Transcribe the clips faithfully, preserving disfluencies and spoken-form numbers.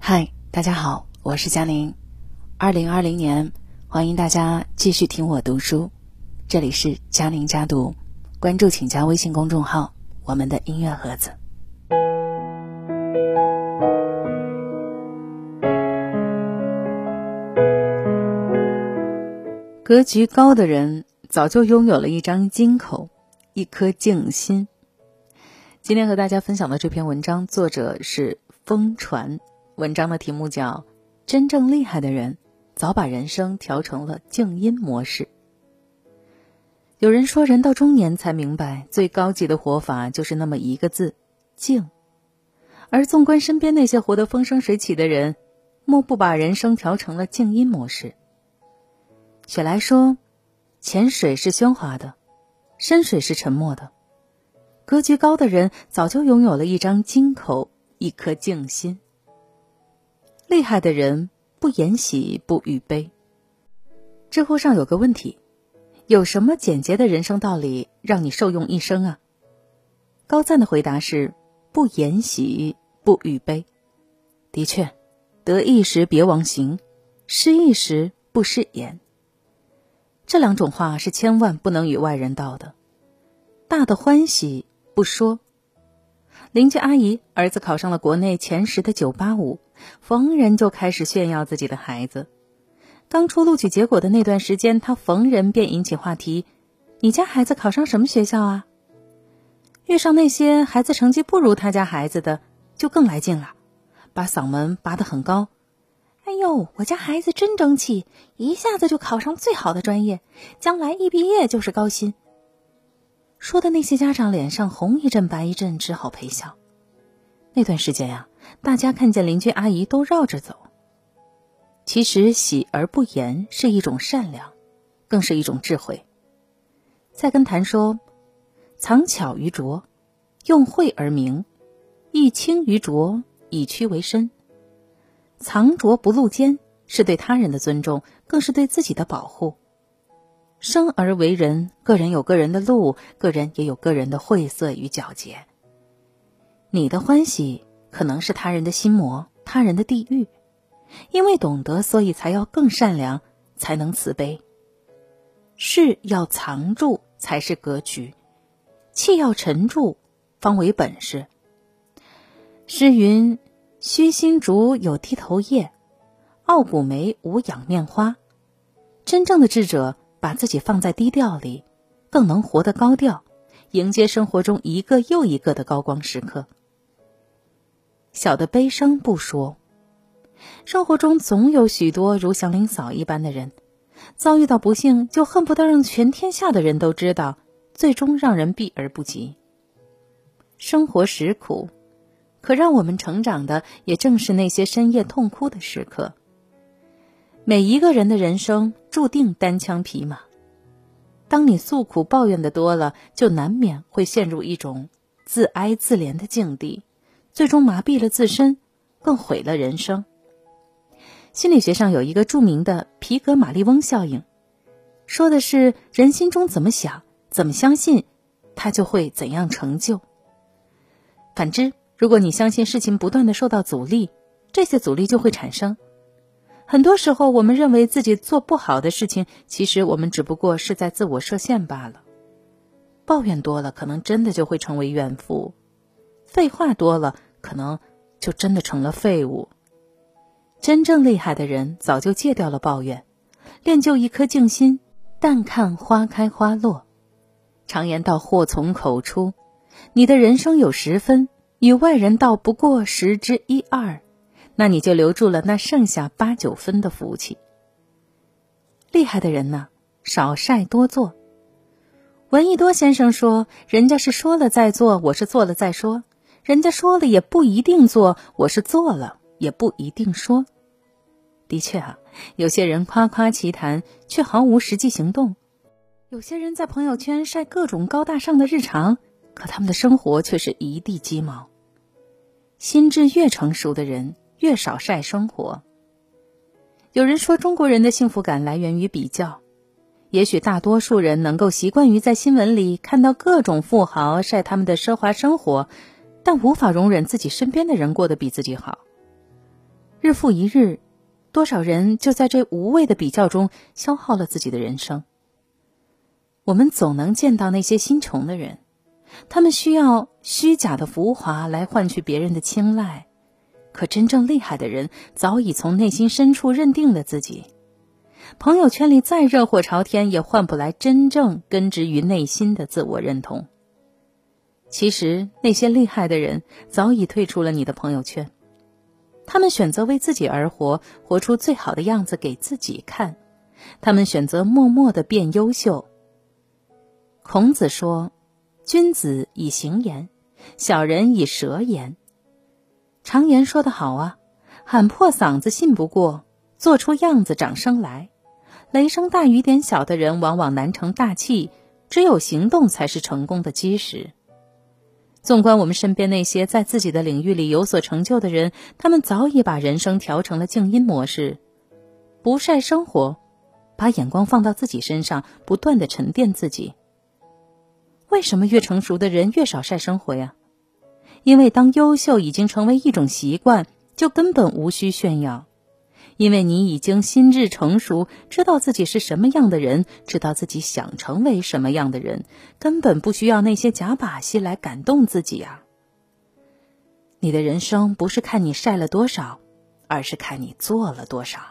嗨，大家好，我是佳宁。二零二零年，欢迎大家继续听我读书。这里是佳宁家读，关注请加微信公众号我们的音乐盒子。格局高的人早就拥有了一张金口，一颗静心。今天和大家分享的这篇文章，作者是风传，文章的题目叫真正厉害的人早把人生调成了静音模式。有人说人到中年才明白，最高级的活法就是那么一个字，静。而纵观身边那些活得风生水起的人，莫不把人生调成了静音模式。雪莱说，浅水是喧哗的，深水是沉默的。格局高的人早就拥有了一张金口，一颗静心。厉害的人不言喜，不语悲。知乎上有个问题，有什么简洁的人生道理让你受用一生啊？高赞的回答是，不言喜，不语悲。的确，得意时别忘形，失意时不失言。这两种话是千万不能与外人道的。大的欢喜不说。邻居阿姨儿子考上了国内前十的九八五，逢人就开始炫耀自己的孩子。刚出录取结果的那段时间，他逢人便引起话题，你家孩子考上什么学校啊？遇上那些孩子成绩不如他家孩子的，就更来劲了，把嗓门拔得很高。哎呦，我家孩子真争气，一下子就考上最好的专业，将来一毕业就是高薪。说的那些家长脸上红一阵白一阵，只好陪笑。那段时间呀、啊，大家看见邻居阿姨都绕着走。其实喜而不言是一种善良，更是一种智慧。菜根谭说，藏巧于拙，用晦而明，益轻于浊，以屈为伸。藏拙不露尖，是对他人的尊重，更是对自己的保护。生而为人，个人有个人的路，个人也有个人的晦涩与皎洁。你的欢喜可能是他人的心魔，他人的地狱。因为懂得，所以才要更善良，才能慈悲。事要藏住才是格局，气要沉住方为本事。诗云，虚心竹有低头叶，傲骨梅无仰面花。真正的智者把自己放在低调里，更能活得高调，迎接生活中一个又一个的高光时刻。小的悲伤不说。生活中总有许多如祥林嫂一般的人，遭遇到不幸就恨不得让全天下的人都知道，最终让人避而不及。生活实苦，可让我们成长的也正是那些深夜痛哭的时刻。每一个人的人生注定单枪匹马，当你诉苦抱怨的多了，就难免会陷入一种自哀自怜的境地，最终麻痹了自身，更毁了人生。心理学上有一个著名的皮格马利翁效应，说的是人心中怎么想，怎么相信，他就会怎样成就。反之，如果你相信事情不断的受到阻力，这些阻力就会产生。很多时候我们认为自己做不好的事情，其实我们只不过是在自我设限罢了。抱怨多了，可能真的就会成为怨妇；废话多了，可能就真的成了废物。真正厉害的人早就戒掉了抱怨，练就一颗静心，淡看花开花落。常言道，祸从口出，你的人生有十分，与外人道不过十之一二，那你就留住了那剩下八九分的福气。厉害的人呢，少晒多做。闻一多先生说，人家是说了再做，我是做了再说；人家说了也不一定做，我是做了也不一定说。的确啊，有些人夸夸其谈，却毫无实际行动；有些人在朋友圈晒各种高大上的日常，可他们的生活却是一地鸡毛。心智越成熟的人，越少晒生活。有人说，中国人的幸福感来源于比较。也许大多数人能够习惯于在新闻里看到各种富豪晒他们的奢华生活，但无法容忍自己身边的人过得比自己好。 日复一日，多少人就在这无谓的比较中消耗了自己的人生。我们总能见到那些心穷的人，他们需要虚假的浮华来换取别人的青睐，可真正厉害的人早已从内心深处认定了自己。朋友圈里再热火朝天，也换不来真正根植于内心的自我认同。其实那些厉害的人早已退出了你的朋友圈，他们选择为自己而活，活出最好的样子给自己看，他们选择默默地变优秀。孔子说，君子以行言，小人以舌言。常言说得好啊，喊破嗓子信不过，做出样子掌声来。雷声大雨点小的人往往难成大器，只有行动才是成功的基石。纵观我们身边那些在自己的领域里有所成就的人，他们早已把人生调成了静音模式，不晒生活，把眼光放到自己身上，不断地沉淀自己。为什么越成熟的人越少晒生活呀？因为当优秀已经成为一种习惯，就根本无需炫耀。因为你已经心智成熟，知道自己是什么样的人，知道自己想成为什么样的人，根本不需要那些假把戏来感动自己啊。你的人生不是看你晒了多少，而是看你做了多少。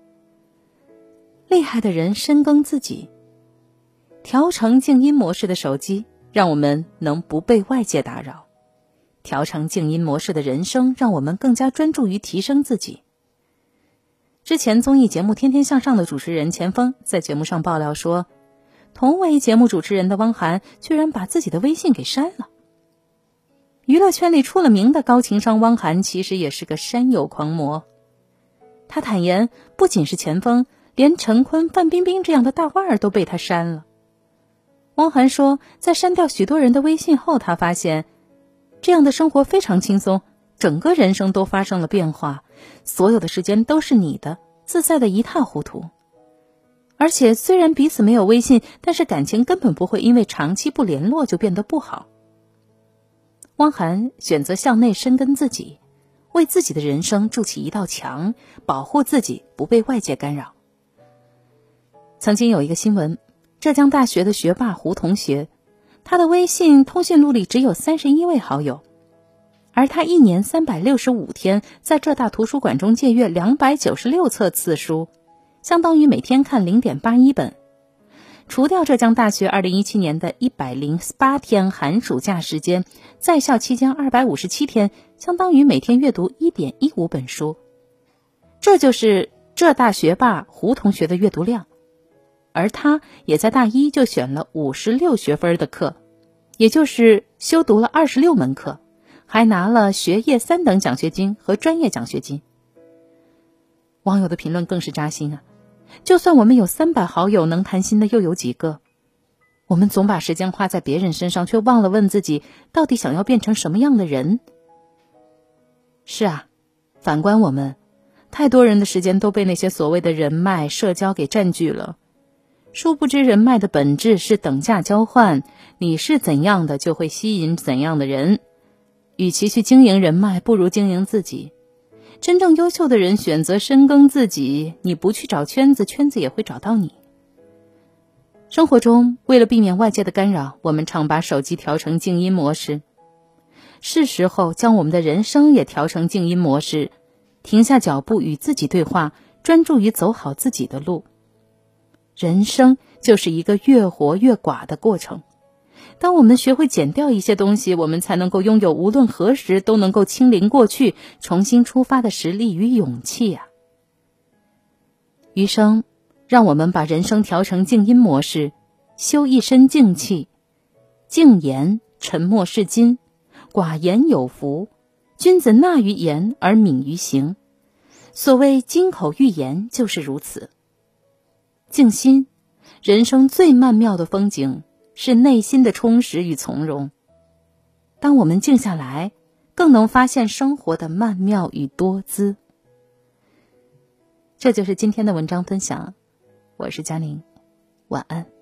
厉害的人深耕自己，调成静音模式的手机，让我们能不被外界打扰；调成静音模式的人生，让我们更加专注于提升自己。之前综艺节目《天天向上》的主持人钱枫在节目上爆料说，同为节目主持人的汪涵居然把自己的微信给删了。娱乐圈里出了名的高情商汪涵其实也是个删友狂魔。他坦言，不仅是钱枫，连陈坤、范冰冰这样的大腕儿都被他删了。汪涵说，在删掉许多人的微信后，他发现这样的生活非常轻松，整个人生都发生了变化，所有的时间都是你的，自在的一塌糊涂。而且虽然彼此没有微信，但是感情根本不会因为长期不联络就变得不好。汪涵选择向内深耕自己，为自己的人生筑起一道墙，保护自己不被外界干扰。曾经有一个新闻，浙江大学的学霸胡同学，他的微信通讯录里只有三十一位好友，而他一年三百六十五天在浙大图书馆中借阅两百九十六册次书，相当于每天看 零点八一 本。除掉浙江大学二零一七年的一百零八天寒暑假时间，在校期间二百五十七天，相当于每天阅读 一点一五 本书。这就是浙大学霸胡同学的阅读量。而他也在大一就选了五十六学分的课，也就是修读了二十六门课，还拿了学业三等奖学金和专业奖学金。网友的评论更是扎心啊！就算我们有三百好友，能谈心的又有几个？我们总把时间花在别人身上，却忘了问自己，到底想要变成什么样的人？是啊，反观我们，太多人的时间都被那些所谓的人脉、社交给占据了。殊不知人脉的本质是等价交换，你是怎样的就会吸引怎样的人。与其去经营人脉，不如经营自己。真正优秀的人选择深耕自己，你不去找圈子，圈子也会找到你。生活中，为了避免外界的干扰，我们常把手机调成静音模式。是时候将我们的人生也调成静音模式，停下脚步与自己对话，专注于走好自己的路。人生就是一个越活越寡的过程。当我们学会减掉一些东西，我们才能够拥有无论何时都能够清零过去，重新出发的实力与勇气啊！余生，让我们把人生调成静音模式，修一身静气。静言，沉默是金；寡言有福。君子纳于言而敏于行。所谓金口玉言，就是如此。静心，人生最曼妙的风景是内心的充实与从容。当我们静下来，更能发现生活的曼妙与多姿。这就是今天的文章分享，我是佳宁，晚安。